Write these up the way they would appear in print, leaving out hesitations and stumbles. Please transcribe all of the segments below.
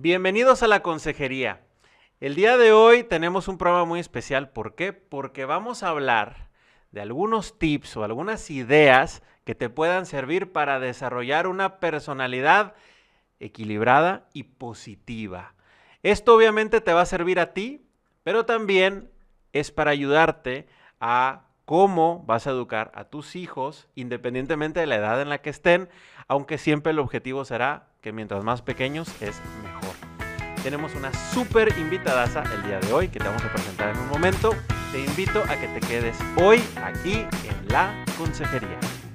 Bienvenidos a la consejería. El día de hoy tenemos un programa muy especial. ¿Por qué? Porque vamos a hablar de algunos tips o algunas ideas que te puedan servir para desarrollar una personalidad equilibrada y positiva. Esto obviamente te va a servir a ti, pero también es para ayudarte a cómo vas a educar a tus hijos, independientemente de la edad en la que estén, aunque siempre el objetivo será que mientras más pequeños es mejor. Tenemos una súper invitadaza el día de hoy que te vamos a presentar en un momento. Te invito a que te quedes hoy aquí en la consejería.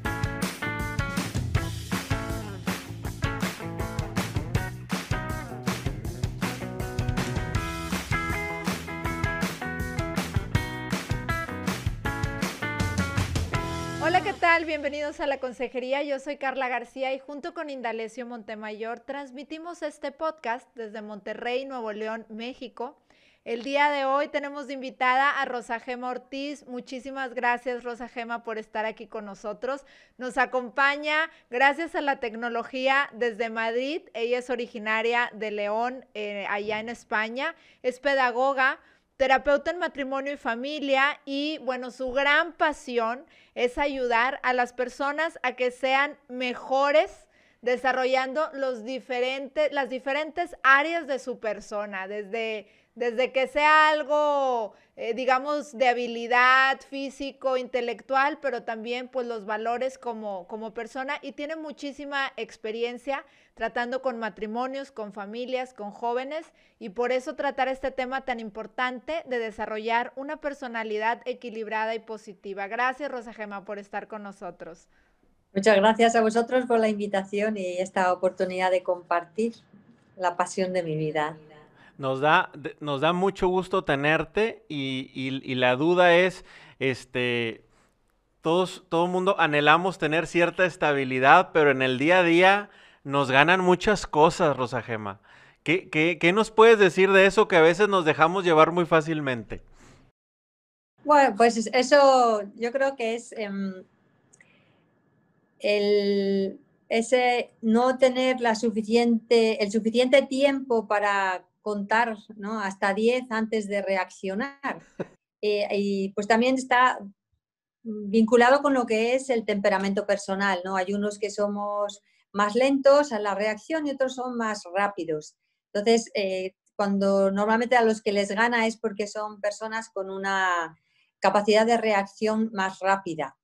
Hola, ¿qué tal? Bienvenidos a la consejería. Yo soy Carla García y junto con Indalecio Montemayor transmitimos este podcast desde Monterrey, Nuevo León, México. El día de hoy tenemos de invitada a Rosa Gema Ortiz. Muchísimas gracias, Rosa Gema, por estar aquí con nosotros. Nos acompaña gracias a la tecnología desde Madrid. Ella es originaria de León, allá en España. Es pedagoga, terapeuta en matrimonio y familia y, bueno, su gran pasión es ayudar a las personas a que sean mejores desarrollando las diferentes áreas de su persona, desde que sea algo, digamos, de habilidad físico, intelectual, pero también pues los valores como persona, y tiene muchísima experiencia tratando con matrimonios, con familias, con jóvenes, y por eso tratar este tema tan importante de desarrollar una personalidad equilibrada y positiva. Gracias, Rosa Gema, por estar con nosotros. Muchas gracias a vosotros por la invitación y esta oportunidad de compartir la pasión de mi vida. Nos da mucho gusto tenerte y la duda es, todo mundo anhelamos tener cierta estabilidad, pero en el día a día nos ganan muchas cosas, Rosa Gema. ¿Qué nos puedes decir de eso que a veces nos dejamos llevar muy fácilmente? Bueno, pues eso yo creo que es ese no tener el suficiente tiempo para contar, ¿no?, hasta 10 antes de reaccionar. Y pues también está vinculado con lo que es el temperamento personal, ¿no? Hay unos que somos más lentos a la reacción y otros son más rápidos. Entonces, cuando normalmente a los que les gana es porque son personas con una capacidad de reacción más rápida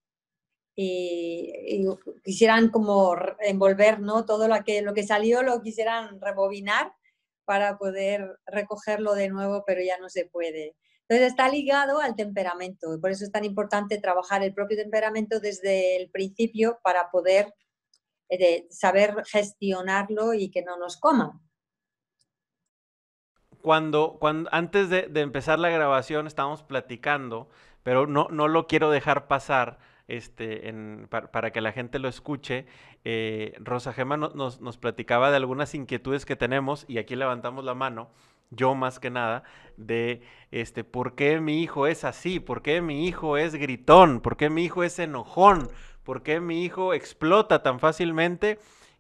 y quisieran como envolver, ¿no?, todo lo que salió lo quisieran rebobinar para poder recogerlo de nuevo, pero ya no se puede. Entonces está ligado al temperamento, y por eso es tan importante trabajar el propio temperamento desde el principio para poder saber gestionarlo y que no nos coma. Antes de empezar la grabación estábamos platicando, pero no lo quiero dejar pasar para que la gente lo escuche. Rosa Gema nos platicaba de algunas inquietudes que tenemos y aquí levantamos la mano, yo más que nada, de por qué mi hijo es así, por qué mi hijo es gritón, por qué mi hijo es enojón, por qué mi hijo explota tan fácilmente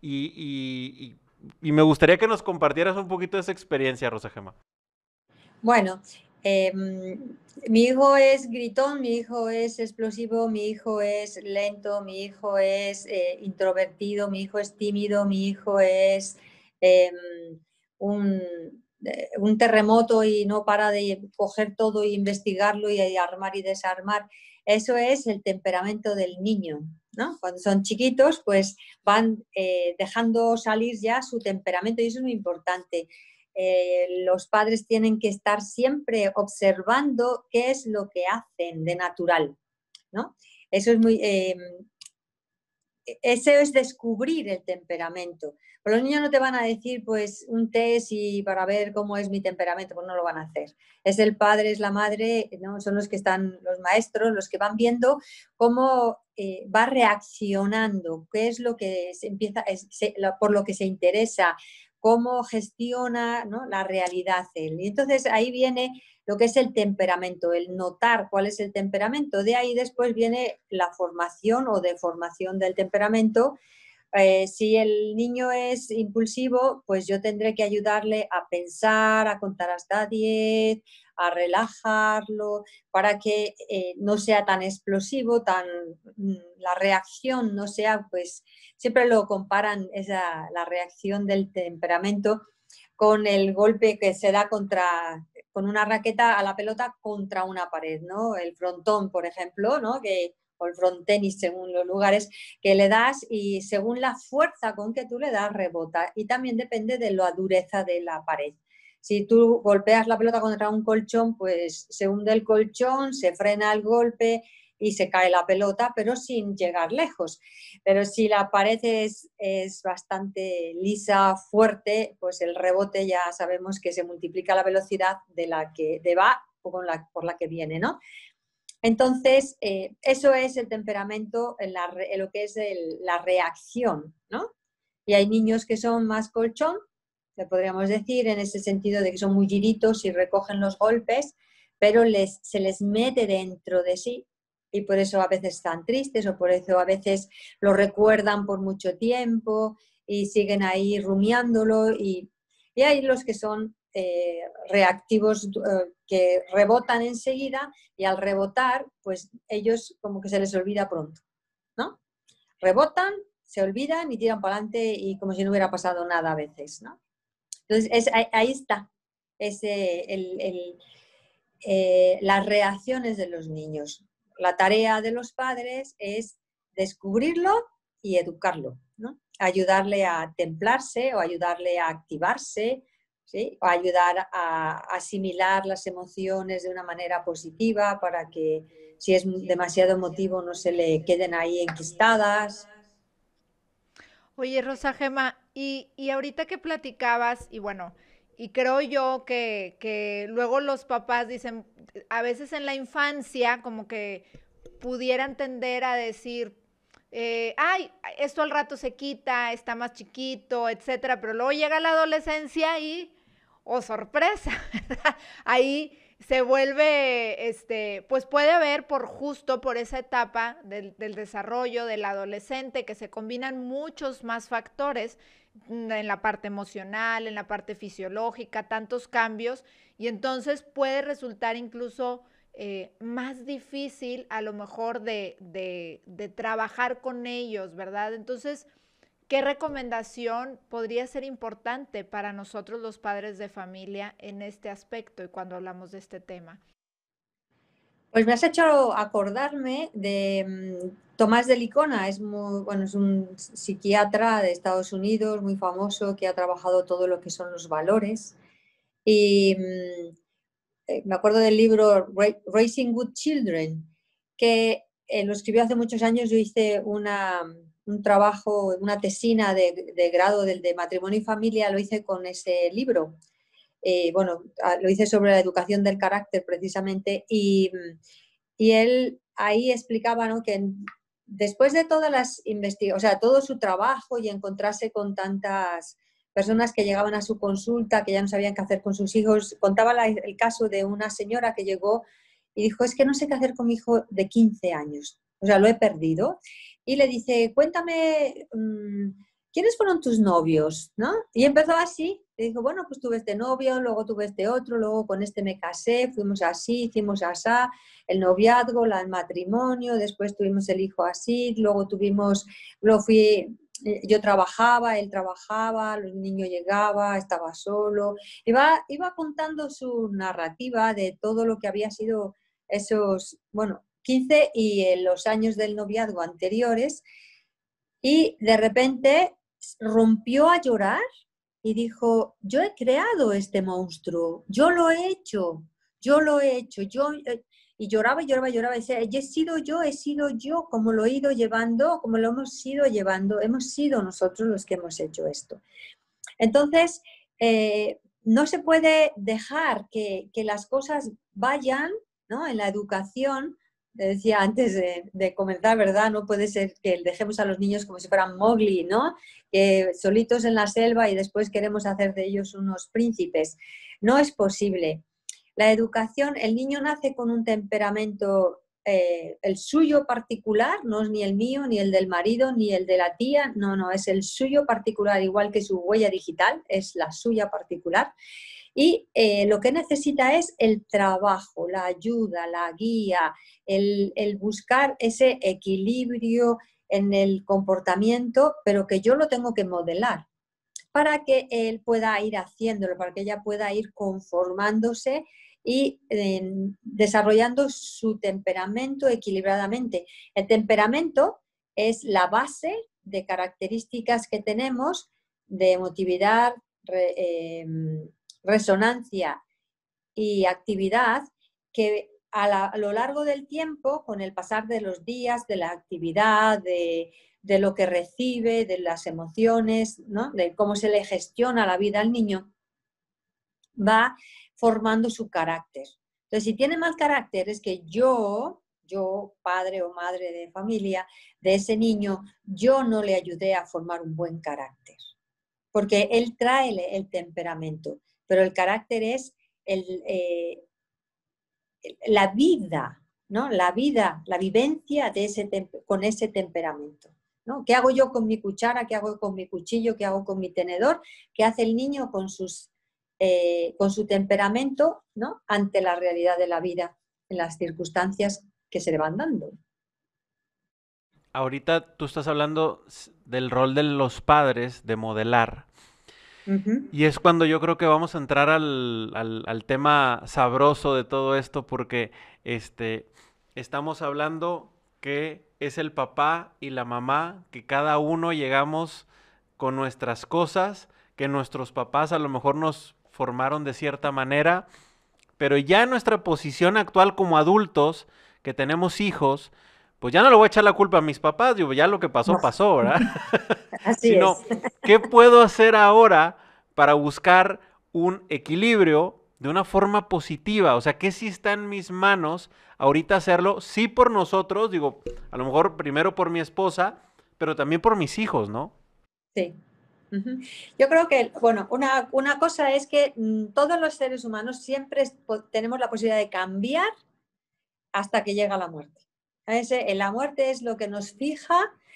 y me gustaría que nos compartieras un poquito de esa experiencia, Rosa Gema. Bueno, mi hijo es gritón, mi hijo es explosivo, mi hijo es lento, mi hijo es introvertido, mi hijo es tímido, mi hijo es em, un, un terremoto y no para de coger todo e investigarlo y armar y desarmar. Eso es el temperamento del niño, ¿no? Cuando son chiquitos, pues van dejando salir ya su temperamento y eso es muy importante. Los padres tienen que estar siempre observando qué es lo que hacen de natural, ¿no? Eso es eso es descubrir el temperamento. Pero los niños no te van a decir, pues, un test y para ver cómo es mi temperamento, pues no lo van a hacer. Es el padre, es la madre, ¿no? Son los que están, los maestros, los que van viendo cómo va reaccionando, qué es lo que por lo que se interesa, cómo gestiona, ¿no?, la realidad él. Y entonces ahí viene lo que es el temperamento, el notar cuál es el temperamento. De ahí después viene la formación o deformación del temperamento Si el niño es impulsivo, pues yo tendré que ayudarle a pensar, a contar hasta 10, a relajarlo, para que no sea tan explosivo, la reacción no sea, pues siempre lo comparan la reacción del temperamento con el golpe que se da con una raqueta a la pelota contra una pared, ¿no? El frontón, por ejemplo, ¿no? O el frontenis según los lugares, que le das y según la fuerza con que tú le das rebota, y también depende de la dureza de la pared. Si tú golpeas la pelota contra un colchón, pues se hunde el colchón, se frena el golpe y se cae la pelota, pero sin llegar lejos. Pero si la pared es bastante lisa, fuerte, pues el rebote ya sabemos que se multiplica la velocidad de va o por la que viene, ¿no? Entonces, eso es el temperamento en lo que es la reacción, ¿no? Y hay niños que son más colchón, le podríamos decir, en ese sentido de que son muy giritos y recogen los golpes, pero se les mete dentro de sí y por eso a veces están tristes o por eso a veces lo recuerdan por mucho tiempo y siguen ahí rumiándolo y hay los que son reactivos que rebotan enseguida y al rebotar, pues ellos como que se les olvida pronto, ¿no? Rebotan, se olvidan y tiran para adelante y como si no hubiera pasado nada a veces, ¿no? Entonces, ahí está las reacciones de los niños. La tarea de los padres es descubrirlo y educarlo, ¿no? Ayudarle a templarse o ayudarle a activarse, ¿sí? O ayudar a asimilar las emociones de una manera positiva para que si es demasiado emotivo no se le queden ahí enquistadas. Oye, Rosa Gema, y ahorita que platicabas, y bueno, y creo yo que luego los papás dicen, a veces en la infancia, como que pudieran tender a decir, ay, esto al rato se quita, está más chiquito, etcétera, pero luego llega la adolescencia y, oh sorpresa, ¿verdad? Ahí se vuelve, pues puede haber justo por esa etapa del desarrollo del adolescente que se combinan muchos más factores en la parte emocional, en la parte fisiológica, tantos cambios, y entonces puede resultar incluso más difícil a lo mejor de trabajar con ellos, ¿verdad? Entonces, ¿qué recomendación podría ser importante para nosotros los padres de familia en este aspecto y cuando hablamos de este tema? Pues me has hecho acordarme de Tomás de Licona, bueno, es un psiquiatra de Estados Unidos muy famoso que ha trabajado todo lo que son los valores. Y me acuerdo del libro Raising Good Children, que lo escribió hace muchos años. Yo hice un trabajo, una tesina de grado de matrimonio y familia, lo hice con ese libro. Bueno, lo hice sobre la educación del carácter precisamente y él ahí explicaba, ¿no?, que después de todas las investigaciones, o sea, todo su trabajo y encontrarse con tantas personas que llegaban a su consulta, que ya no sabían qué hacer con sus hijos, contaba el caso de una señora que llegó y dijo, es que no sé qué hacer con mi hijo de 15 años, o sea, lo he perdido. Y le dice, cuéntame, ¿quiénes fueron tus novios? ¿No? Y empezó así, le dijo, bueno, pues tuve este novio, luego tuve este otro, luego con este me casé, fuimos así, hicimos asá, el noviazgo, el matrimonio, después tuvimos el hijo así, yo trabajaba, él trabajaba, el niño llegaba, estaba solo, iba contando su narrativa de todo lo que había sido esos, bueno, 15 y en los años del noviazgo anteriores, y de repente rompió a llorar y dijo, yo he creado este monstruo, yo lo he hecho, y lloraba y lloraba y lloraba y decía, he sido yo, como lo he ido llevando, como lo hemos ido llevando, hemos sido nosotros los que hemos hecho esto. Entonces, no se puede dejar que las cosas vayan, ¿no?, en la educación. Te decía antes de comenzar, ¿verdad? No puede ser que dejemos a los niños como si fueran Mowgli, ¿no? Solitos en la selva y después queremos hacer de ellos unos príncipes. No es posible. La educación, el niño nace con un temperamento el suyo particular, no es ni el mío, ni el del marido, ni el de la tía, no, es el suyo particular, igual que su huella digital, es la suya particular. Y lo que necesita es el trabajo, la ayuda, la guía, el buscar ese equilibrio en el comportamiento, pero que yo lo tengo que modelar para que él pueda ir haciéndolo, para que ella pueda ir conformándose y desarrollando su temperamento equilibradamente. El temperamento es la base de características que tenemos de emotividad, resonancia y actividad que a lo largo del tiempo, con el pasar de los días, de la actividad, de lo que recibe, de las emociones, ¿no? De cómo se le gestiona la vida al niño, va formando su carácter. Entonces, si tiene mal carácter, es que yo, padre o madre de familia de ese niño, yo no le ayudé a formar un buen carácter. Porque él trae el temperamento, pero el carácter es la vida, ¿no? La vida, la vivencia de con ese temperamento, ¿no? ¿Qué hago yo con mi cuchara? ¿Qué hago con mi cuchillo? ¿Qué hago con mi tenedor? ¿Qué hace el niño con su temperamento, ¿no? Ante la realidad de la vida, en las circunstancias que se le van dando? Ahorita tú estás hablando del rol de los padres de modelar. Y es cuando yo creo que vamos a entrar al tema sabroso de todo esto, porque estamos hablando que es el papá y la mamá, que cada uno llegamos con nuestras cosas, que nuestros papás a lo mejor nos formaron de cierta manera, pero ya en nuestra posición actual como adultos, que tenemos hijos, pues ya no le voy a echar la culpa a mis papás, digo, ya lo que pasó, No. pasó, ¿verdad? Así Sino, es. ¿qué puedo hacer ahora para buscar un equilibrio de una forma positiva? O sea, ¿qué sí está en mis manos ahorita hacerlo? Sí por nosotros, digo, a lo mejor primero por mi esposa, pero también por mis hijos, ¿no? Sí. Yo creo que, bueno, una cosa es que todos los seres humanos siempre tenemos la posibilidad de cambiar hasta que llega la muerte. La muerte es lo que nos fija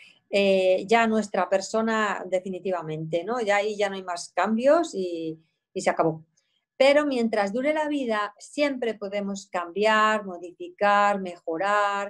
ya nuestra persona definitivamente, ¿no? Ya ahí ya no hay más cambios y se acabó. Pero mientras dure la vida, siempre podemos cambiar, modificar, mejorar,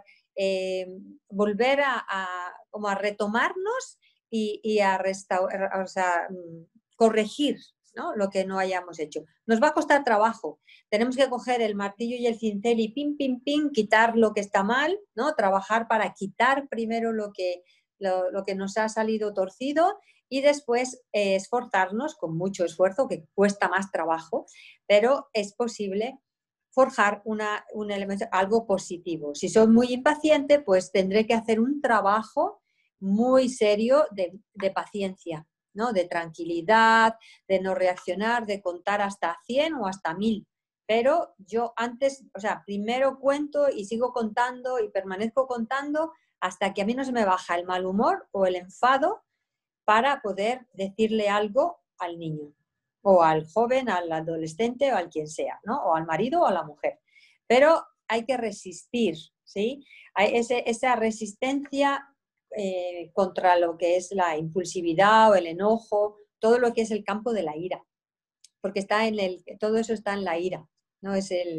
volver como a retomarnos y a restaurar, o sea, corregir, ¿no? Lo que no hayamos hecho. Nos va a costar trabajo. Tenemos que coger el martillo y el cincel y pim, pim, pim, quitar lo que está mal, ¿no? Trabajar para quitar primero lo que nos ha salido torcido y después esforzarnos con mucho esfuerzo, que cuesta más trabajo, pero es posible forjar un elemento, algo positivo. Si soy muy impaciente, pues tendré que hacer un trabajo muy serio de paciencia, ¿no? De tranquilidad, de no reaccionar, de contar hasta 100 o hasta 1000. Pero yo antes, o sea, primero cuento y sigo contando y permanezco contando hasta que a mí no se me baja el mal humor o el enfado para poder decirle algo al niño o al joven, al adolescente o al quien sea, ¿no? O al marido o a la mujer. Pero hay que resistir, ¿sí? Hay esa resistencia contra lo que es la impulsividad o el enojo, todo lo que es el campo de la ira, porque todo eso está en la ira, ¿no?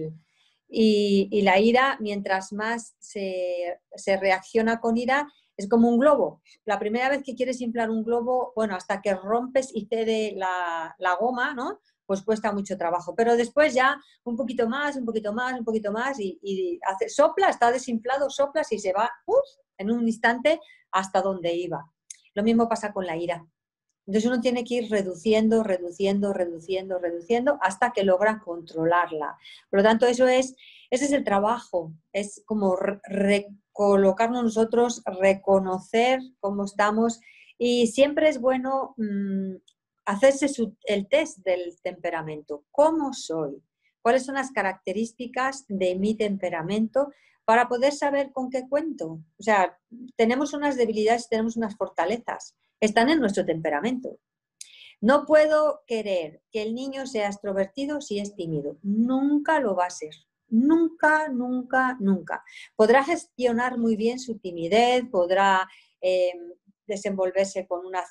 Y la ira, mientras más se reacciona con ira, es como un globo. La primera vez que quieres inflar un globo, bueno, hasta que rompes y cede la goma, ¿no? Pues cuesta mucho trabajo. Pero después ya un poquito más, un poquito más, un poquito más y sopla, está desinflado, soplas y se va en un instante hasta donde iba. Lo mismo pasa con la ira. Entonces uno tiene que ir reduciendo, reduciendo, reduciendo, reduciendo hasta que logra controlarla. Por lo tanto, ese es el trabajo, es como recolocarnos nosotros, reconocer cómo estamos y siempre es bueno hacerse el test del temperamento. ¿Cómo soy? ¿Cuáles son las características de mi temperamento para poder saber con qué cuento? O sea, tenemos unas debilidades, tenemos unas fortalezas. Están en nuestro temperamento. No puedo querer que el niño sea extrovertido si es tímido. Nunca lo va a ser. Nunca, nunca, nunca. Podrá gestionar muy bien su timidez, podrá desenvolverse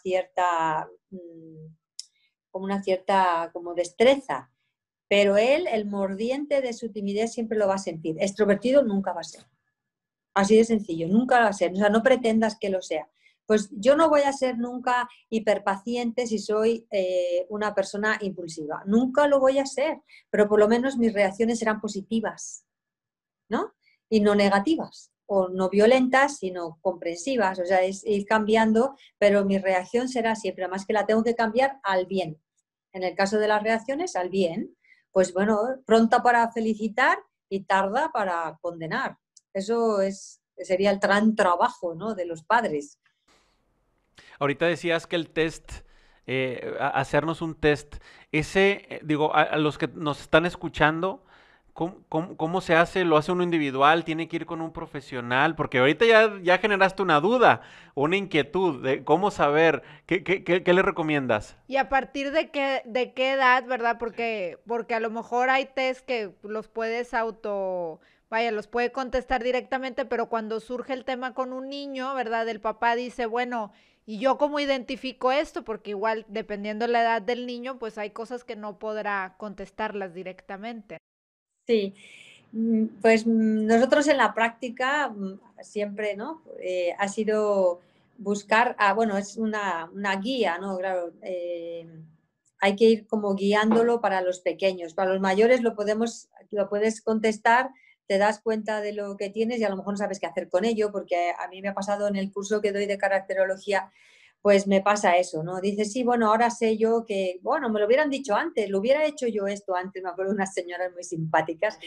con una cierta como destreza, pero él, el mordiente de su timidez siempre lo va a sentir. Extrovertido nunca va a ser. Así de sencillo, nunca va a ser. O sea, no pretendas que lo sea. Pues yo no voy a ser nunca hiperpaciente si soy una persona impulsiva. Nunca lo voy a ser, pero por lo menos mis reacciones serán positivas, ¿no? Y no negativas, o no violentas, sino comprensivas. O sea, es ir cambiando, pero mi reacción será siempre, además que la tengo que cambiar al bien. En el caso de las reacciones, al bien. Pues bueno, pronta para felicitar y tarda para condenar. Sería el gran trabajo, ¿no?, de los padres. Ahorita decías que el test, hacernos un test, ese, digo, a los que nos están escuchando, ¿cómo se hace? ¿Lo hace uno individual? ¿Tiene que ir con un profesional? Porque ahorita ya generaste una duda, una inquietud de cómo saber, ¿qué le recomiendas? ¿Y a partir de qué edad, verdad? Porque a lo mejor hay test que los puedes vaya, los puede contestar directamente, pero cuando surge el tema con un niño, ¿verdad? El papá dice, bueno, ¿y yo cómo identifico esto? Porque igual, dependiendo la edad del niño, pues hay cosas que no podrá contestarlas directamente. Sí, pues nosotros en la práctica siempre, ¿no? Ha sido buscar, bueno, es una guía, ¿no? Claro, hay que ir como guiándolo para los pequeños. Para los mayores lo puedes contestar, te das cuenta de lo que tienes y a lo mejor no sabes qué hacer con ello, porque a mí me ha pasado en el curso que doy de caracterología, pues me pasa eso, ¿no? Dices, sí, bueno, ahora sé yo que, bueno, me lo hubieran dicho antes, lo hubiera hecho yo esto antes. Me acuerdo de unas señoras muy simpáticas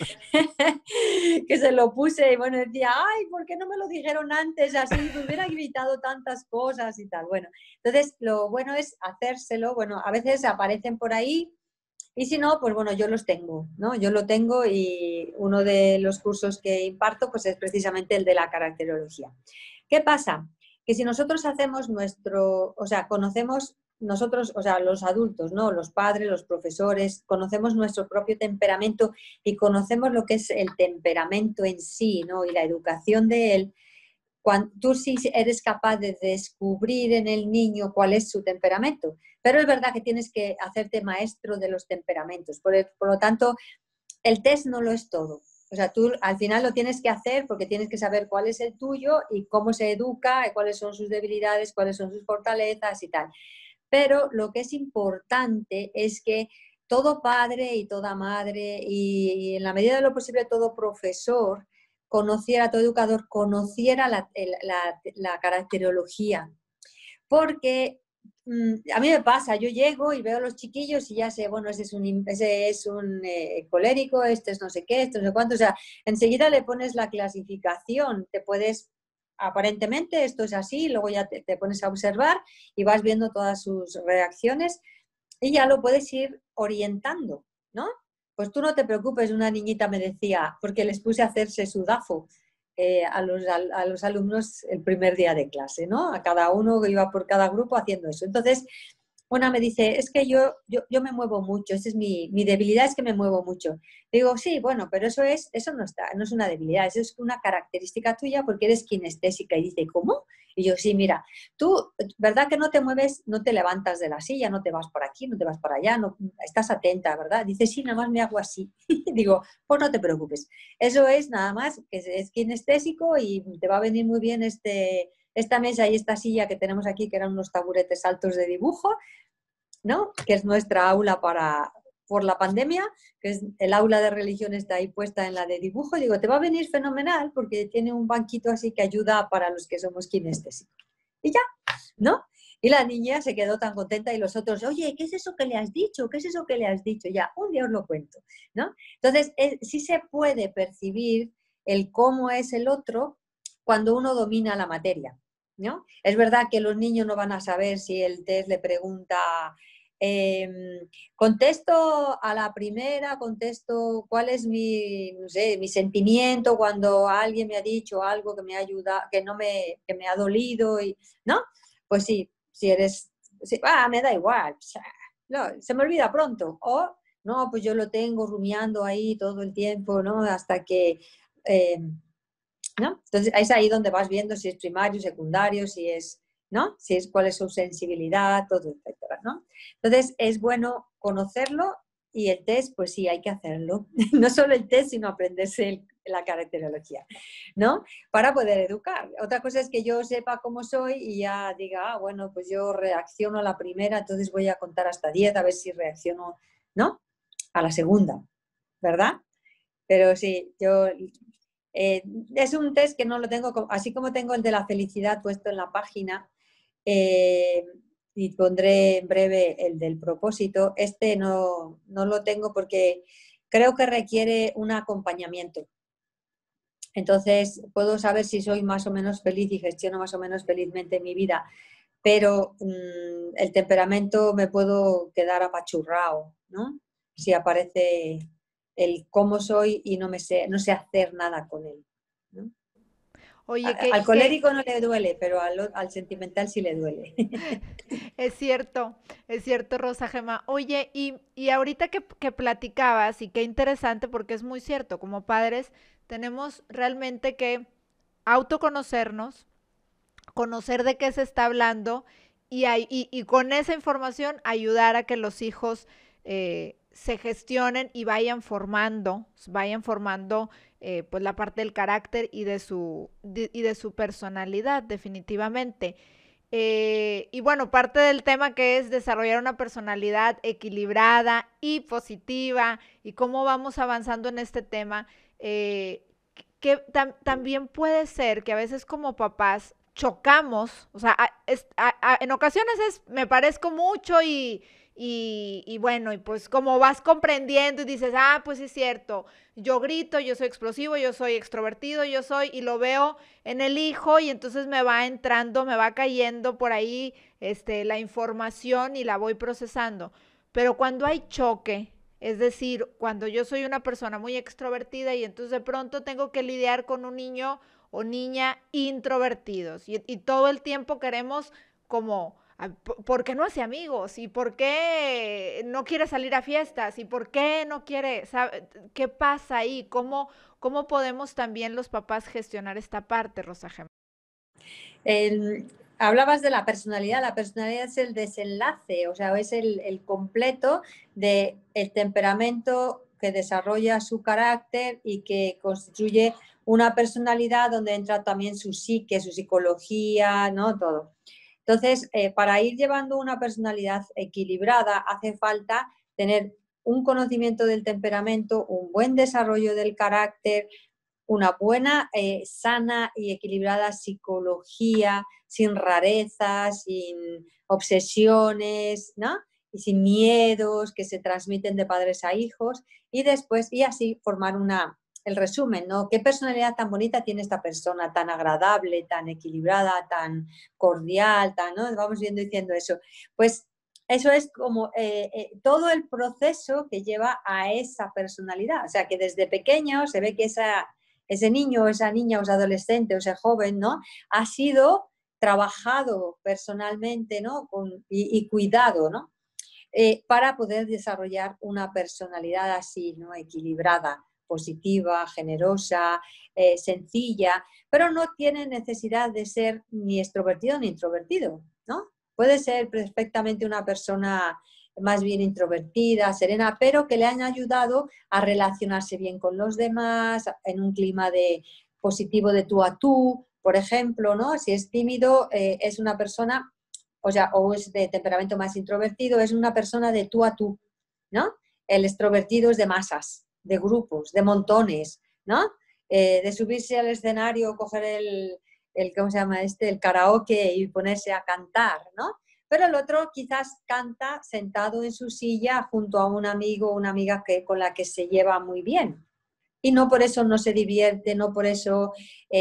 que se lo puse y bueno, decía, ay, ¿por qué no me lo dijeron antes? Así me hubiera evitado tantas cosas y tal. Bueno, entonces lo bueno es hacérselo, bueno, a veces aparecen por ahí y si no, pues bueno, yo los tengo, ¿no? Yo lo tengo y uno de los cursos que imparto pues es precisamente el de la caracterología. ¿Qué pasa? Que si nosotros hacemos o sea, conocemos nosotros, o sea, los adultos, ¿no? Los padres, los profesores, conocemos nuestro propio temperamento y conocemos lo que es el temperamento en sí, ¿no? Y la educación de él. Cuando tú sí eres capaz de descubrir en el niño cuál es su temperamento, pero es verdad que tienes que hacerte maestro de los temperamentos. Por lo tanto, el test no lo es todo. O sea, tú al final lo tienes que hacer porque tienes que saber cuál es el tuyo y cómo se educa, y cuáles son sus debilidades, cuáles son sus fortalezas y tal. Pero lo que es importante es que todo padre y toda madre y en la medida de lo posible todo profesor conociera, todo educador conociera la caracterología. Porque a mí me pasa, yo llego y veo a los chiquillos y ya sé, bueno, ese es un colérico, este es no sé qué, esto no sé cuánto, o sea, enseguida le pones la clasificación, aparentemente esto es así, luego ya te pones a observar y vas viendo todas sus reacciones y ya lo puedes ir orientando, ¿no? Pues tú no te preocupes, una niñita me decía, porque les puse a hacerse su DAFO a los alumnos el primer día de clase, ¿no? A cada uno que iba por cada grupo haciendo eso. Entonces, una me dice, es que yo me muevo mucho, esa es mi debilidad, es que me muevo mucho. Digo, sí, bueno, pero eso no es una debilidad, eso es una característica tuya porque eres kinestésica. Y dice, ¿cómo? Y yo, sí, mira, tú, ¿verdad que no te mueves, no te levantas de la silla, no te vas por aquí, no te vas por allá, no, estás atenta, ¿verdad? Dice, sí, nada más me hago así. Digo, pues no te preocupes, eso es nada más que es kinestésico y te va a venir muy bien esta mesa y esta silla que tenemos aquí, que eran unos taburetes altos de dibujo, ¿no? Que es nuestra aula por la pandemia, que es el aula de religión está ahí puesta en la de dibujo. Y digo, te va a venir fenomenal porque tiene un banquito así que ayuda para los que somos kinestésicos. Y ya, ¿no? Y la niña se quedó tan contenta y los otros, oye, ¿qué es eso que le has dicho? ¿Qué es eso que le has dicho? Ya, un día os lo cuento, ¿no? Entonces, sí se puede percibir el cómo es el otro cuando uno domina la materia, ¿no? Es verdad que los niños no van a saber si el test le pregunta, contesto a la primera, contesto cuál es no sé, mi sentimiento cuando alguien me ha dicho algo que me ha ayudado, que me ha dolido, ¿no? Pues sí, si eres, sí, me da igual, no, se me olvida pronto. O no, pues yo lo tengo rumiando ahí todo el tiempo, ¿no? Hasta que, eh, ¿no? Entonces es ahí donde vas viendo si es primario, secundario, si es, ¿no? Si es cuál es su sensibilidad, todo, etcétera, ¿no? Entonces es bueno conocerlo y el test, pues sí, hay que hacerlo. No solo el test, sino aprenderse la caracterología, ¿no? Para poder educar. Otra cosa es que yo sepa cómo soy y ya diga, bueno, pues yo reacciono a la primera, entonces voy a contar hasta 10 a ver si reacciono, ¿no? A la segunda, ¿verdad? Pero sí, yo es un test que no lo tengo, así como tengo el de la felicidad puesto en la página, eh, y pondré en breve el del propósito, este no lo tengo porque creo que requiere un acompañamiento. Entonces puedo saber si soy más o menos feliz y gestiono más o menos felizmente mi vida, pero el temperamento me puedo quedar apachurrado, ¿no? Si aparece el cómo soy y no sé hacer nada con él, ¿no? Oye, Al colérico no le duele, pero al sentimental sí le duele. es cierto, Rosa Gema. Oye, y ahorita que platicabas, y qué interesante, porque es muy cierto, como padres tenemos realmente que autoconocernos, conocer de qué se está hablando y con esa información ayudar a que los hijos se gestionen y vayan formando pues la parte del carácter y de su personalidad, definitivamente. Y bueno, parte del tema que es desarrollar una personalidad equilibrada y positiva y cómo vamos avanzando en este tema, que también puede ser que a veces como papás chocamos, o sea, en ocasiones me parezco mucho y bueno, y pues como vas comprendiendo y dices, ah, pues sí es cierto, yo grito, yo soy explosivo, yo soy extrovertido, y lo veo en el hijo y entonces me va entrando, me va cayendo por ahí la información y la voy procesando. Pero cuando hay choque, es decir, cuando yo soy una persona muy extrovertida y entonces de pronto tengo que lidiar con un niño o niña introvertidos y todo el tiempo queremos como, ¿por qué no hace amigos? ¿Y por qué no quiere salir a fiestas? ¿Y por qué no quiere? ¿Qué pasa ahí? ¿Cómo podemos también los papás gestionar esta parte, Rosa Gema? Hablabas de la personalidad es el desenlace, o sea, es el completo del temperamento que desarrolla su carácter y que constituye una personalidad donde entra también su psique, su psicología, ¿no? Todo. Entonces, para ir llevando una personalidad equilibrada hace falta tener un conocimiento del temperamento, un buen desarrollo del carácter, una buena, sana y equilibrada psicología, sin rarezas, sin obsesiones, ¿no? Y sin miedos que se transmiten de padres a hijos, y después, y así formar el resumen, ¿no? ¿Qué personalidad tan bonita tiene esta persona, tan agradable, tan equilibrada, tan cordial, ¿no? Vamos viendo diciendo eso. Pues eso es como todo el proceso que lleva a esa personalidad. O sea, que desde pequeño se ve que ese niño, esa niña, o ese adolescente, o ese joven, ¿no? Ha sido trabajado personalmente, ¿no? Y cuidado, ¿no? Para poder desarrollar una personalidad así, ¿no? Equilibrada, positiva, generosa, sencilla, pero no tiene necesidad de ser ni extrovertido ni introvertido, ¿no? Puede ser perfectamente una persona más bien introvertida, serena, pero que le han ayudado a relacionarse bien con los demás, en un clima positivo de tú a tú, por ejemplo, ¿no? Si es tímido, es una persona, o sea, o es de temperamento más introvertido, es una persona de tú a tú, ¿no? El extrovertido es de masas, de grupos, de montones, ¿no? De subirse al escenario, coger ¿cómo se llama este? El karaoke y ponerse a cantar, ¿no? Pero el otro quizás canta sentado en su silla junto a un amigo o una amiga con la que se lleva muy bien. Y no por eso no se divierte, no por eso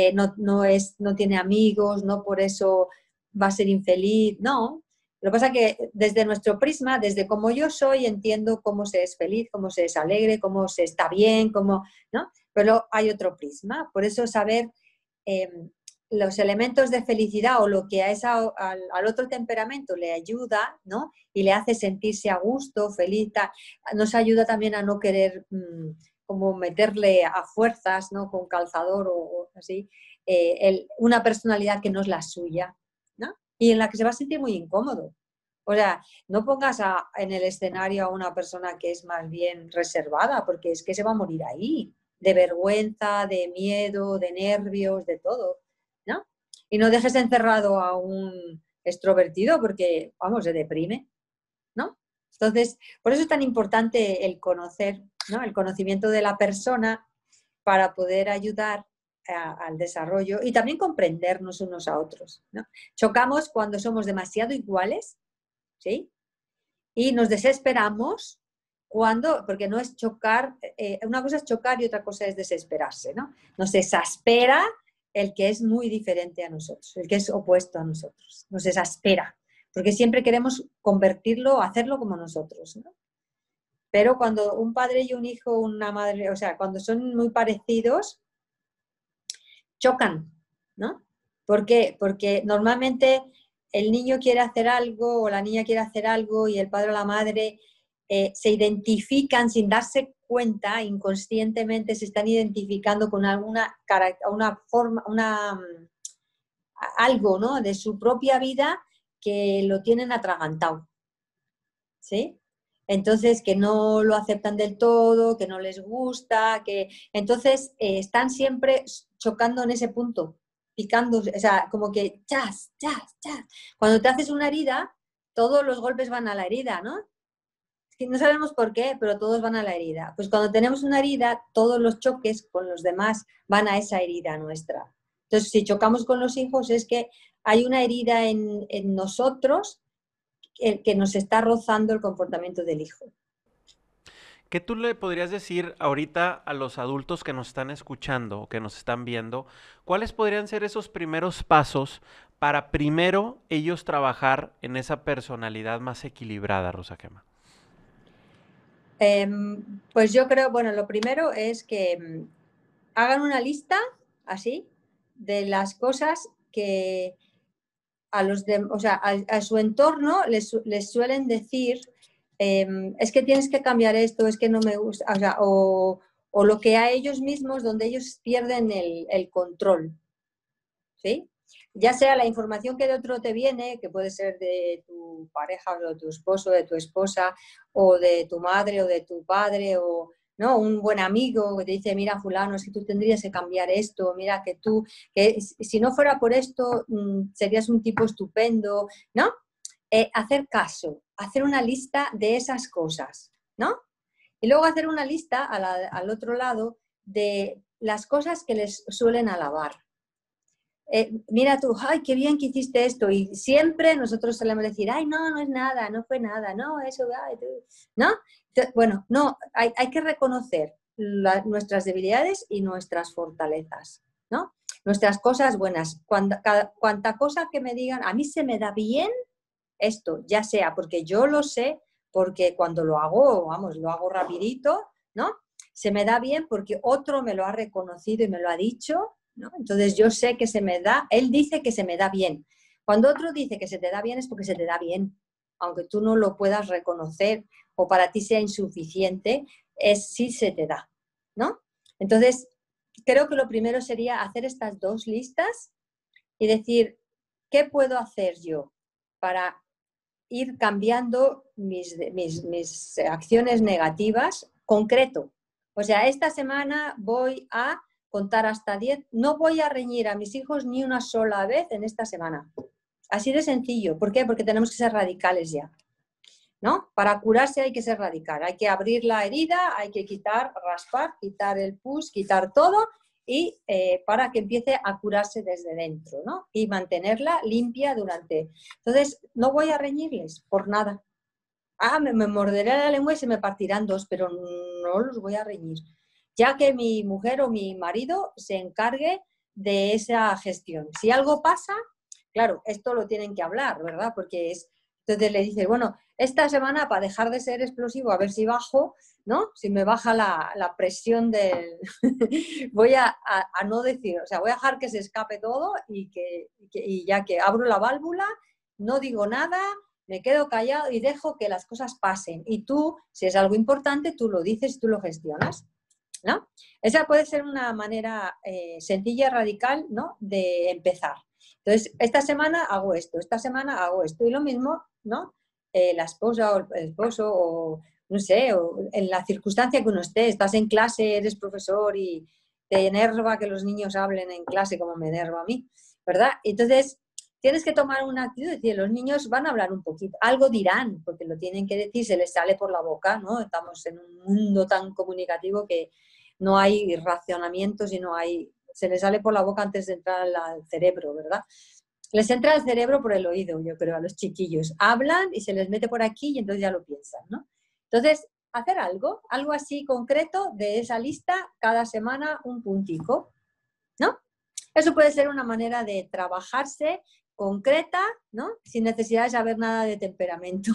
no tiene amigos, no por eso va a ser infeliz, no. Lo que pasa es que desde nuestro prisma, desde cómo yo soy, entiendo cómo se es feliz, cómo se es alegre, cómo se está bien, ¿no? Pero hay otro prisma. Por eso saber eh, los elementos de felicidad o lo que al otro temperamento le ayuda, ¿no? Y le hace sentirse a gusto, feliz, nos ayuda también a no querer como meterle a fuerzas, ¿no? Con calzador o así, una personalidad que no es la suya, ¿no? Y en la que se va a sentir muy incómodo. O sea, no pongas en el escenario a una persona que es más bien reservada, porque es que se va a morir ahí, de vergüenza, de miedo, de nervios, de todo, ¿no? Y no dejes encerrado a un extrovertido porque, vamos, se deprime, ¿no? Entonces, por eso es tan importante el conocer, ¿no? El conocimiento de la persona para poder ayudar al desarrollo y también comprendernos unos a otros, ¿no? Chocamos cuando somos demasiado iguales, ¿sí? Y nos desesperamos porque no es chocar, una cosa es chocar y otra cosa es desesperarse, ¿no? Nos exaspera el que es muy diferente a nosotros, el que es opuesto a nosotros, nos exaspera, porque siempre queremos convertirlo, hacerlo como nosotros, ¿no? Pero cuando un padre y un hijo, una madre, o sea, cuando son muy parecidos, chocan, ¿no? ¿Por qué? Porque normalmente el niño quiere hacer algo o la niña quiere hacer algo y el padre o la madre se identifican sin darse cuenta, inconscientemente se están identificando con una forma, algo, ¿no? De su propia vida que lo tienen atragantado, ¿sí? Entonces, que no lo aceptan del todo, que no les gusta, que entonces están siempre chocando en ese punto, picando, o sea, como que chas, chas, chas. Cuando te haces una herida, todos los golpes van a la herida, ¿no? Es que no sabemos por qué, pero todos van a la herida. Pues cuando tenemos una herida, todos los choques con los demás van a esa herida nuestra. Entonces, si chocamos con los hijos, es que hay una herida en nosotros que nos está rozando el comportamiento del hijo. ¿Qué tú le podrías decir ahorita a los adultos que nos están escuchando o que nos están viendo? ¿Cuáles podrían ser esos primeros pasos para primero ellos trabajar en esa personalidad más equilibrada, Rosa Gemma? Pues yo creo, bueno, lo primero es que hagan una lista así de las cosas que o sea, a su entorno les suelen decir, es que tienes que cambiar esto, es que no me gusta, o sea, o lo que a ellos mismos, donde ellos pierden el control, ¿sí? Ya sea la información que de otro te viene, que puede ser de tu pareja o de tu esposo, de tu esposa, o de tu madre o de tu padre, o ¿no? Un buen amigo que te dice, mira, fulano, es que tú tendrías que cambiar esto, mira que tú, que si no fuera por esto, serías un tipo estupendo, ¿no? Hacer caso, hacer una lista de esas cosas, ¿no? Y luego hacer una lista al otro lado de las cosas que les suelen alabar. Mira tú, ay, qué bien que hiciste esto. Y siempre nosotros solemos decir, ay, no, no es nada, no fue nada, no, eso, ay, ¿no? Entonces, bueno, no, hay que reconocer nuestras debilidades y nuestras fortalezas, ¿no? Nuestras cosas buenas. Cuanta cosa que me digan, a mí se me da bien esto, ya sea porque yo lo sé, porque cuando lo hago, vamos, lo hago rapidito, ¿no? Se me da bien porque otro me lo ha reconocido y me lo ha dicho, ¿no? Entonces yo sé que se me da, él dice que se me da bien. Cuando otro dice que se te da bien es porque se te da bien, aunque tú no lo puedas reconocer o para ti sea insuficiente, es si se te da, ¿no? Entonces, creo que lo primero sería hacer estas dos listas y decir, ¿qué puedo hacer yo para ir cambiando mis acciones negativas concreto? O sea, esta semana voy a contar hasta 10, no voy a reñir a mis hijos ni una sola vez en esta semana. Así de sencillo. ¿Por qué? Porque tenemos que ser radicales ya, ¿no? Para curarse hay que ser radical, hay que abrir la herida, hay que quitar, raspar, quitar el pus, quitar todo y para que empiece a curarse desde dentro, ¿no? Y mantenerla limpia durante... Entonces, no voy a reñirles por nada. Me morderé la lengua y se me partirán dos, pero no los voy a reñir. Ya que mi mujer o mi marido se encargue de esa gestión. Si algo pasa, claro, esto lo tienen que hablar, ¿verdad? Porque Entonces le dices, bueno, esta semana para dejar de ser explosivo, a ver si bajo, ¿no? Si me baja la presión del... voy a no decir, o sea, voy a dejar que se escape todo y ya que abro la válvula, no digo nada, me quedo callado y dejo que las cosas pasen. Y tú, si es algo importante, tú lo dices, tú lo gestionas, ¿no? Esa puede ser una manera sencilla y radical, ¿no? De empezar. Entonces, esta semana hago esto, esta semana hago esto. Y lo mismo, ¿no? La esposa o el esposo o, no sé, o en la circunstancia que uno esté, estás en clase, eres profesor y te enerva que los niños hablen en clase como me enerva a mí, ¿verdad? Entonces, tienes que tomar una actitud, es decir, los niños van a hablar un poquito, algo dirán, porque lo tienen que decir, se les sale por la boca, ¿no? Estamos en un mundo tan comunicativo que no hay racionamientos y no hay, se les sale por la boca antes de entrar al cerebro, ¿verdad? Les entra al cerebro por el oído, yo creo, a los chiquillos. Hablan y se les mete por aquí y entonces ya lo piensan, ¿no? Entonces, hacer algo así concreto de esa lista, cada semana un puntico, ¿no? Eso puede ser una manera de trabajarse concreta, ¿no? Sin necesidad de saber nada de temperamento.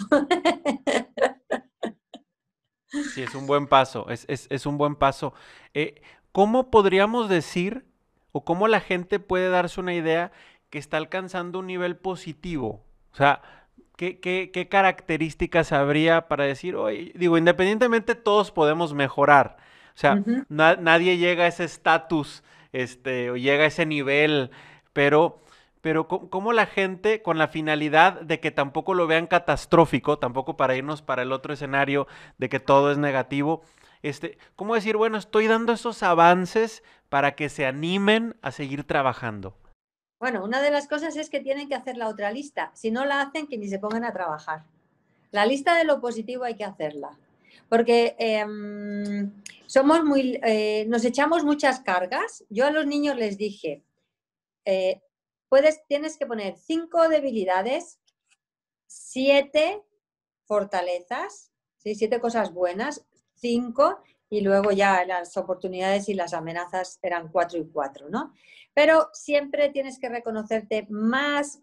Sí, es un buen paso, es un buen paso. ¿Cómo podríamos decir o cómo la gente puede darse una idea que está alcanzando un nivel positivo? O sea, ¿qué características habría para decir, oye, digo, independientemente todos podemos mejorar? O sea, Ujú. nadie llega a ese estatus, o llega a ese nivel, pero ¿cómo la gente, con la finalidad de que tampoco lo vean catastrófico, tampoco para irnos para el otro escenario de que todo es negativo, ¿cómo decir, bueno, estoy dando esos avances para que se animen a seguir trabajando? Bueno, una de las cosas es que tienen que hacer la otra lista. Si no la hacen, que ni se pongan a trabajar. La lista de lo positivo hay que hacerla. Porque somos muy, nos echamos muchas cargas. Yo a los niños les dije, eh, tienes que poner 5 debilidades, 7 fortalezas, ¿sí? 7 cosas buenas, 5, y luego ya las oportunidades y las amenazas eran 4 y 4, ¿no? Pero siempre tienes que reconocerte más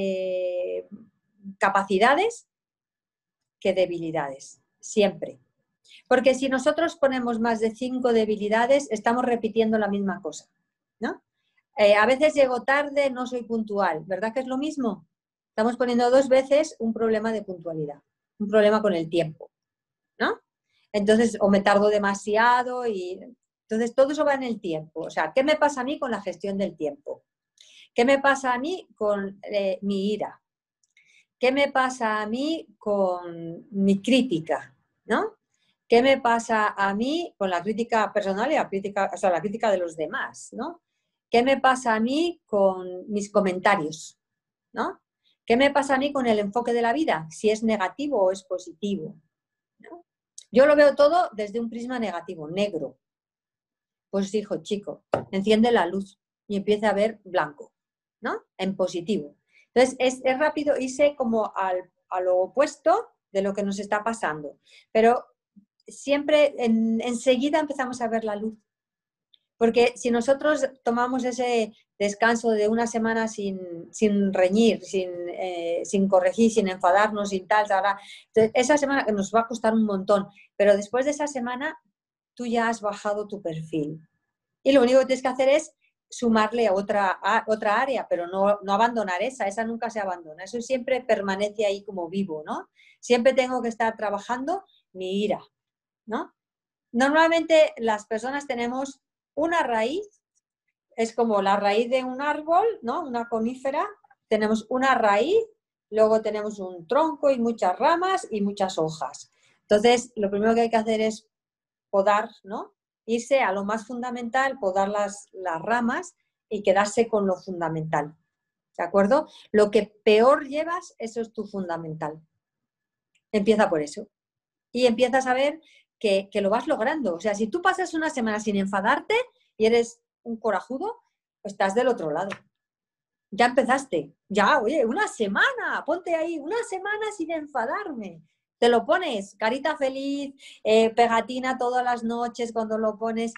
capacidades que debilidades, siempre. Porque si nosotros ponemos más de 5 debilidades, estamos repitiendo la misma cosa, ¿no? A veces llego tarde, no soy puntual, ¿verdad que es lo mismo? Estamos poniendo 2 veces un problema de puntualidad, un problema con el tiempo, ¿no? Entonces, o me tardo demasiado y... Entonces, todo eso va en el tiempo. O sea, ¿qué me pasa a mí con la gestión del tiempo? ¿Qué me pasa a mí con mi ira? ¿Qué me pasa a mí con mi crítica? ¿No? ¿Qué me pasa a mí con la crítica personal y la crítica, o sea, la crítica de los demás? ¿No? ¿Qué me pasa a mí con mis comentarios? ¿No? ¿Qué me pasa a mí con el enfoque de la vida? Si es negativo o es positivo, ¿no? Yo lo veo todo desde un prisma negativo, negro. Pues hijo, chico, enciende la luz y empieza a ver blanco, ¿no? En positivo. Entonces, es rápido irse como a lo opuesto de lo que nos está pasando. Pero siempre enseguida empezamos a ver la luz. Porque si nosotros tomamos ese descanso de una semana sin reñir, sin corregir, sin enfadarnos, sin tal, esa semana nos va a costar un montón, pero después de esa semana tú ya has bajado tu perfil. Y lo único que tienes que hacer es sumarle a otra área, pero no abandonar esa nunca se abandona, eso siempre permanece ahí como vivo, ¿no? Siempre tengo que estar trabajando mi ira, ¿no? Normalmente las personas tenemos una raíz, es como la raíz de un árbol, ¿no? Una conífera, tenemos una raíz, luego tenemos un tronco y muchas ramas y muchas hojas. Entonces, lo primero que hay que hacer es podar, ¿no? Irse a lo más fundamental, podar las ramas y quedarse con lo fundamental, ¿de acuerdo? Lo que peor llevas, eso es tu fundamental. Empieza por eso. Y empiezas a ver que lo vas logrando. O sea, si tú pasas una semana sin enfadarte y eres un corajudo, estás del otro lado. Ya empezaste. Ya, oye, una semana, ponte ahí, una semana sin enfadarme. Te lo pones, carita feliz, pegatina todas las noches cuando lo pones.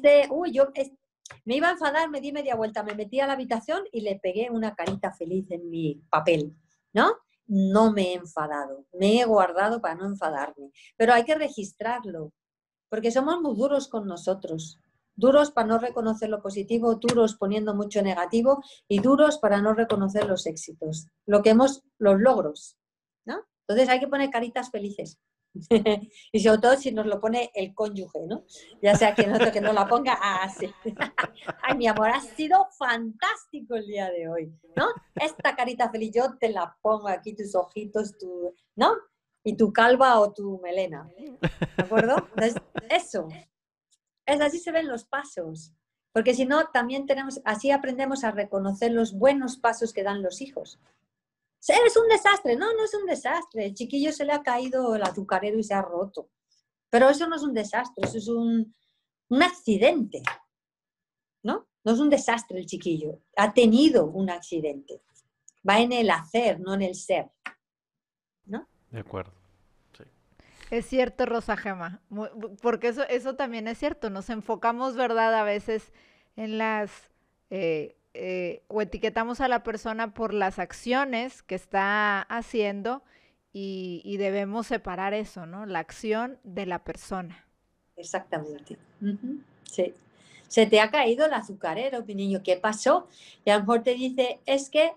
Me iba a enfadar, me di media vuelta, me metí a la habitación y le pegué una carita feliz en mi papel, ¿no? no me he enfadado, me he guardado para no enfadarme. Pero hay que registrarlo, porque somos muy duros con nosotros. Duros para no reconocer lo positivo, duros poniendo mucho negativo y duros para no reconocer los éxitos, los logros, ¿no? Entonces hay que poner caritas felices. Y sobre todo si nos lo pone el cónyuge, ¿no? Ya sea que nosotros que nos la ponga así. Ay, mi amor, ha sido fantástico el día de hoy, ¿no? Esta carita feliz, yo te la pongo aquí, tus ojitos, ¿no? Y tu calva o tu melena, ¿de acuerdo? Entonces, eso, es así se ven los pasos. Porque si no, también así aprendemos a reconocer los buenos pasos que dan los hijos. Es un desastre. No, no es un desastre. El chiquillo se le ha caído el azucarero y se ha roto. Pero eso no es un desastre, eso es un accidente, ¿no? No es un desastre el chiquillo. Ha tenido un accidente. Va en el hacer, no en el ser, ¿no? De acuerdo. Sí. Es cierto, Rosa Gema, porque eso también es cierto. Nos enfocamos, ¿verdad? A veces en o etiquetamos a la persona por las acciones que está haciendo y debemos separar eso, ¿no? La acción de la persona. Exactamente. Sí. Se te ha caído el azucarero, mi niño, ¿qué pasó? Y a lo mejor te dice, es que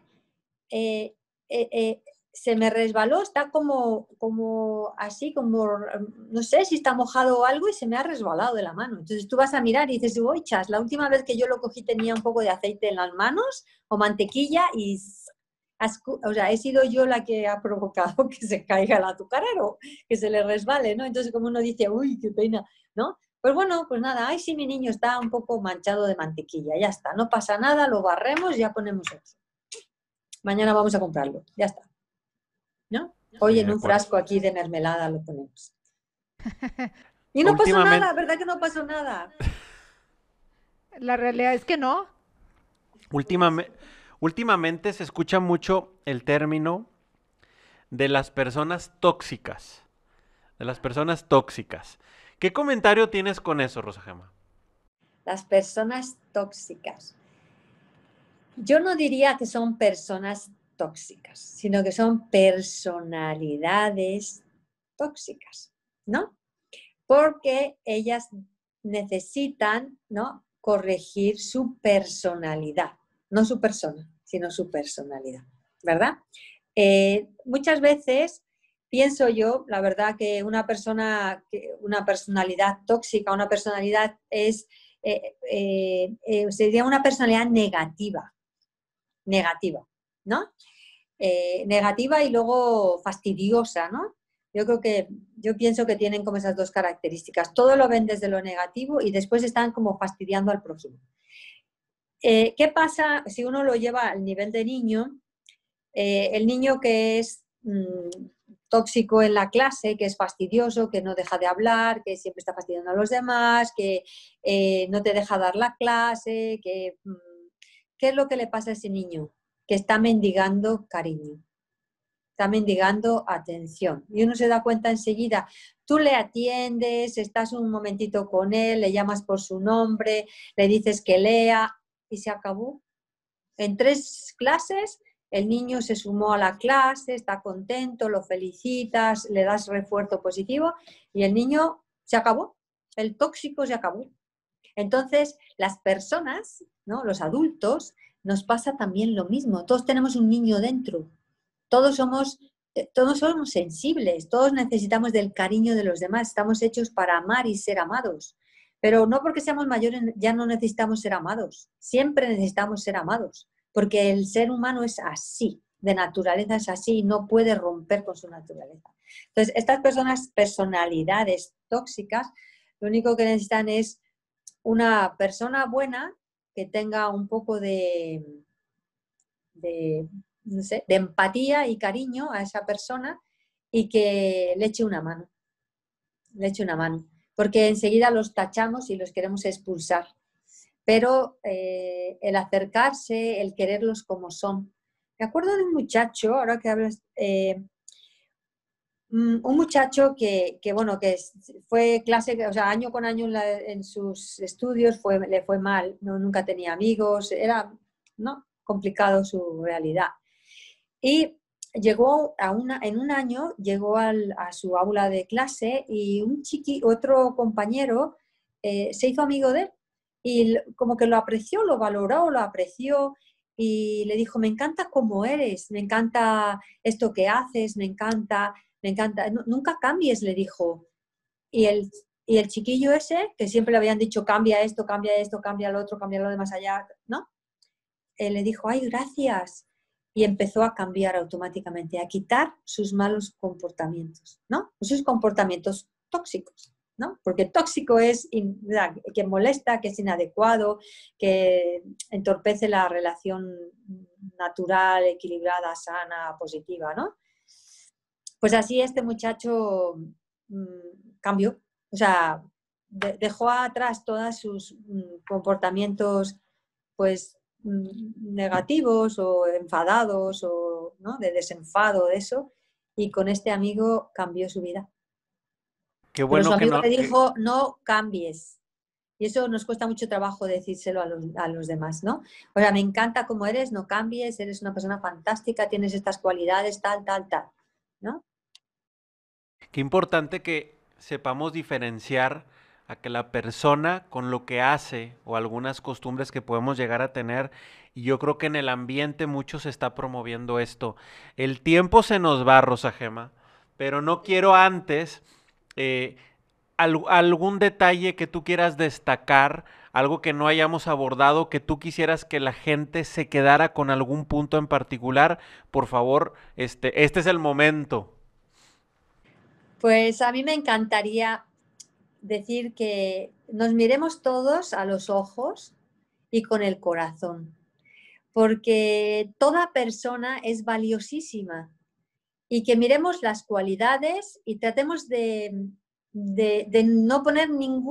se me resbaló, está como así, como, no sé si está mojado o algo y se me ha resbalado de la mano. Entonces tú vas a mirar y dices, uy, chas, la última vez que yo lo cogí tenía un poco de aceite en las manos o mantequilla y, o sea, he sido yo la que ha provocado que se caiga el azucarero, que se le resbale, ¿no? Entonces como uno dice, uy, qué pena, ¿no? Pues bueno, pues nada, ay, sí, mi niño está un poco manchado de mantequilla, ya está, no pasa nada, lo barremos y ya ponemos otro. Mañana vamos a comprarlo, ya está, ¿no? Hoy Sí, en de un acuerdo. frasco aquí de mermelada lo ponemos. Y no pasó Últimamente, nada, ¿verdad que no pasó nada? La realidad es que no. últimamente se escucha mucho el término de las personas tóxicas. De las personas tóxicas. ¿Qué comentario tienes con eso, Rosa Gema? Las personas tóxicas. Yo no diría que son personas tóxicas, sino que son personalidades tóxicas, ¿no? Porque ellas necesitan, ¿no?, corregir su personalidad, no su persona, sino su personalidad, ¿verdad? Muchas veces pienso yo, la verdad, que una personalidad tóxica, una personalidad sería una personalidad negativa, ¿no? Negativa y luego fastidiosa, ¿no? Yo pienso que tienen como esas dos características. Todo lo ven desde lo negativo y después están como fastidiando al prójimo. ¿Qué pasa si uno lo lleva al nivel de niño? El niño que es tóxico en la clase, que es fastidioso, que no deja de hablar, que siempre está fastidiando a los demás, que no te deja dar la clase, ¿qué es lo que le pasa a ese niño? Que está mendigando cariño, está mendigando atención. Y uno se da cuenta enseguida, tú le atiendes, estás un momentito con él, le llamas por su nombre, le dices que lea y se acabó. En 3 clases el niño se sumó a la clase, está contento, lo felicitas, le das refuerzo positivo y el niño se acabó, el tóxico se acabó. Entonces, las personas, ¿no?, los adultos, nos pasa también lo mismo. Todos tenemos un niño dentro. Todos somos sensibles, todos necesitamos del cariño de los demás. Estamos hechos para amar y ser amados. Pero no porque seamos mayores ya no necesitamos ser amados. Siempre necesitamos ser amados. Porque el ser humano es así, de naturaleza es así y no puede romper con su naturaleza. Entonces, estas personalidades tóxicas, lo único que necesitan es una persona buena que tenga un poco no sé, de empatía y cariño a esa persona y que le eche una mano. Le eche una mano. Porque enseguida los tachamos y los queremos expulsar. Pero el acercarse, el quererlos como son. Me acuerdo de un muchacho, ahora que hablas, un muchacho que fue clase, o sea, año con año en sus estudios le fue mal, no, nunca tenía amigos, era, ¿no?, complicado su realidad. Y llegó en un año, llegó a su aula de clase y otro compañero se hizo amigo de él y como que lo apreció, lo valoró, lo apreció y le dijo, me encanta cómo eres, me encanta esto que haces, me encanta, nunca cambies, le dijo. Y el chiquillo ese, que siempre le habían dicho, cambia esto, cambia lo otro, cambia lo de más allá, ¿no? Él le dijo, ay, gracias. Y empezó a cambiar automáticamente, a quitar sus malos comportamientos, ¿no? Sus comportamientos tóxicos, ¿no? Porque tóxico es que molesta, que es inadecuado, que entorpece la relación natural, equilibrada, sana, positiva, ¿no? Pues así este muchacho cambió, o sea, dejó atrás todos sus comportamientos, pues, negativos o enfadados o ¿no? de desenfado de eso, y con este amigo cambió su vida. Qué Pero su bueno que amigo no, le dijo, no cambies. Y eso nos cuesta mucho trabajo decírselo a los demás, ¿no? O sea, me encanta cómo eres, no cambies, eres una persona fantástica, tienes estas cualidades, tal, ¿no? qué importante que sepamos diferenciar a que la persona con lo que hace o algunas costumbres que podemos llegar a tener, y yo creo que en el ambiente mucho se está promoviendo esto. El tiempo se nos va, Rosa Gema, pero no quiero antes eh, algún detalle que tú quieras destacar, algo que no hayamos abordado, que tú quisieras que la gente se quedara con algún punto en particular. Por favor, este es el momento. Pues a mí me encantaría decir que nos miremos todos a los ojos y con el corazón, porque toda persona es valiosísima y que miremos las cualidades y tratemos de no poner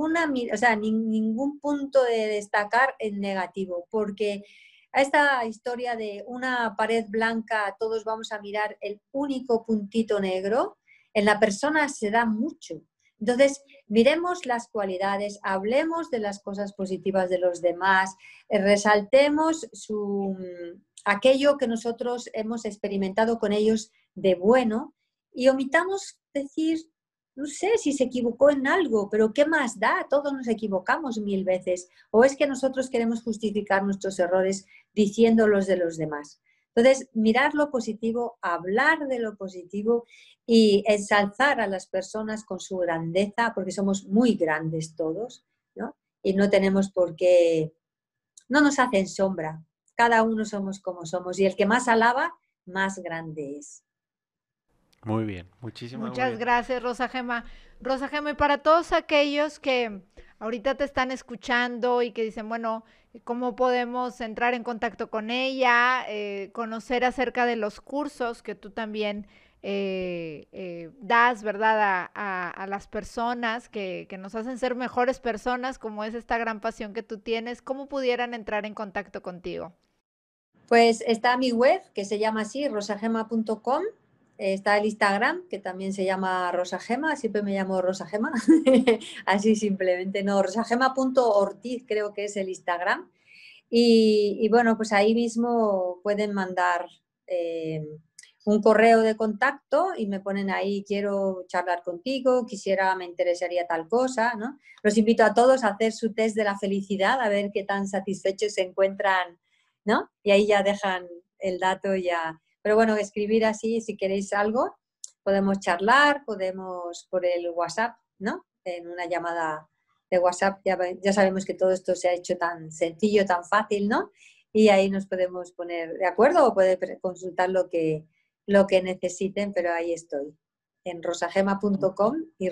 ningún punto de destacar en negativo, porque a esta historia de una pared blanca todos vamos a mirar el único puntito negro, en la persona se da mucho. Entonces, miremos las cualidades, hablemos de las cosas positivas de los demás, resaltemos aquello que nosotros hemos experimentado con ellos de bueno y omitamos decir, no sé si se equivocó en algo, pero ¿qué más da? Todos nos equivocamos 1000 veces. ¿O es que nosotros queremos justificar nuestros errores diciéndolos de los demás? Entonces, mirar lo positivo, hablar de lo positivo y ensalzar a las personas con su grandeza, porque somos muy grandes todos, ¿no? Y no tenemos por qué, no nos hacen sombra. Cada uno somos como somos y el que más alaba, más grande es. Muy bien, muy Muchas bien. gracias, Rosa Gema. Rosa Gema, y para todos aquellos que ahorita te están escuchando y que dicen, bueno, ¿cómo podemos entrar en contacto con ella? Conocer acerca de los cursos que tú también das, ¿verdad? A las personas que nos hacen ser mejores personas, como es esta gran pasión que tú tienes. ¿Cómo pudieran entrar en contacto contigo? Pues está mi web, que se llama así, rosagema.com. Está el Instagram, que también se llama Rosagema, siempre me llamo Rosagema, así simplemente, no, rosagema.ortiz creo que es el Instagram. Y bueno, pues ahí mismo pueden mandar un correo de contacto y me ponen ahí, quiero charlar contigo, me interesaría tal cosa, ¿no? Los invito a todos a hacer su test de la felicidad, a ver qué tan satisfechos se encuentran, ¿no? Y ahí ya dejan el dato ya. Pero bueno, escribir así, si queréis algo, podemos charlar, podemos por el WhatsApp, ¿no? En una llamada de WhatsApp, ya sabemos que todo esto se ha hecho tan sencillo, tan fácil, ¿no? Y ahí nos podemos poner de acuerdo o poder consultar lo que necesiten, pero ahí estoy, en rosagema.com y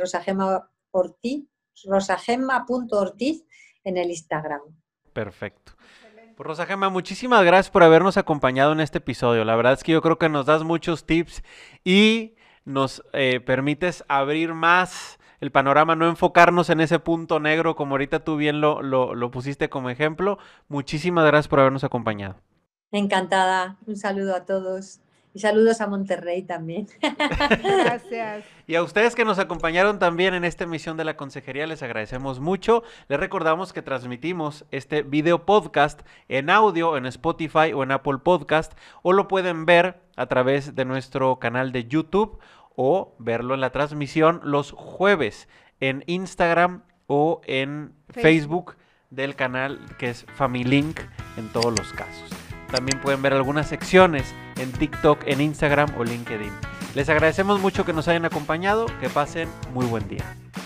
rosagema.ortiz en el Instagram. Perfecto. Pues Rosa Gema, muchísimas gracias por habernos acompañado en este episodio. La verdad es que yo creo que nos das muchos tips y nos permites abrir más el panorama, no enfocarnos en ese punto negro como ahorita tú bien lo pusiste como ejemplo. Muchísimas gracias por habernos acompañado. Encantada, un saludo a todos Y saludos a Monterrey también. Gracias. Y a ustedes que nos acompañaron también en esta emisión de la Consejería, les agradecemos mucho. Les recordamos que transmitimos este video podcast en audio en Spotify o en Apple Podcast, o lo pueden ver a través de nuestro canal de YouTube o verlo en la transmisión los jueves en Instagram o en Facebook del canal que es FamiLink en todos los casos. También pueden ver algunas secciones en TikTok, en Instagram o LinkedIn. Les agradecemos mucho que nos hayan acompañado. Que pasen muy buen día.